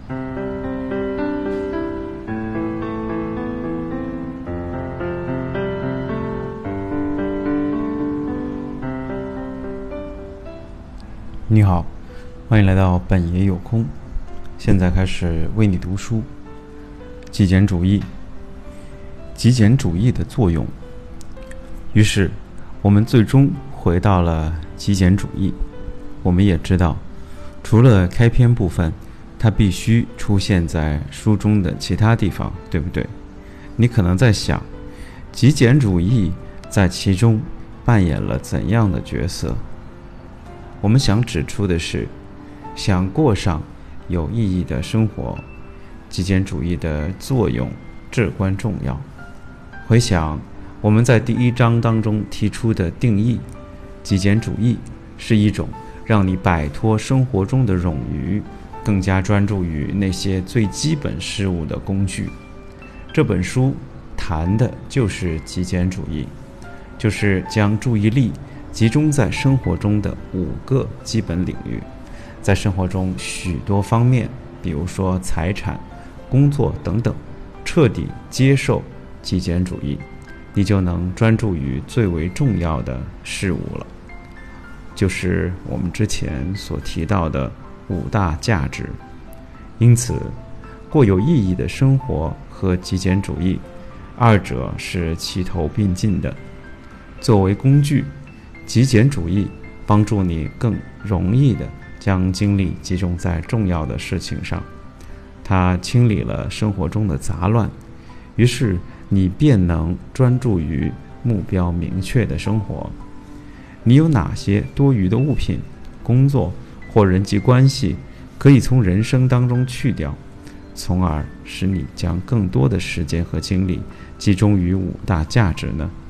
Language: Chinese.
你好，欢迎来到本爷有空。现在开始为你读书。极简主义，极简主义的作用。于是，我们最终回到了极简主义。我们也知道，除了开篇部分，它必须出现在书中的其他地方，对不对？你可能在想，极简主义在其中扮演了怎样的角色？我们想指出的是，想过上有意义的生活，极简主义的作用至关重要。回想我们在第1章当中提出的定义，极简主义是一种让你摆脱生活中的冗余，更加专注于那些最基本事物的工具。这本书谈的就是极简主义，就是将注意力集中在生活中的5个基本领域，在生活中许多方面，比如说财产、工作等等，彻底接受极简主义，你就能专注于最为重要的事物了，就是我们之前所提到的5大价值。因此，过有意义的生活和极简主义，二者是齐头并进的。作为工具，极简主义帮助你更容易地将精力集中在重要的事情上，它清理了生活中的杂乱，于是你便能专注于目标明确的生活。你有哪些多余的物品、工作或人际关系可以从人生当中去掉，从而使你将更多的时间和精力集中于5大价值呢？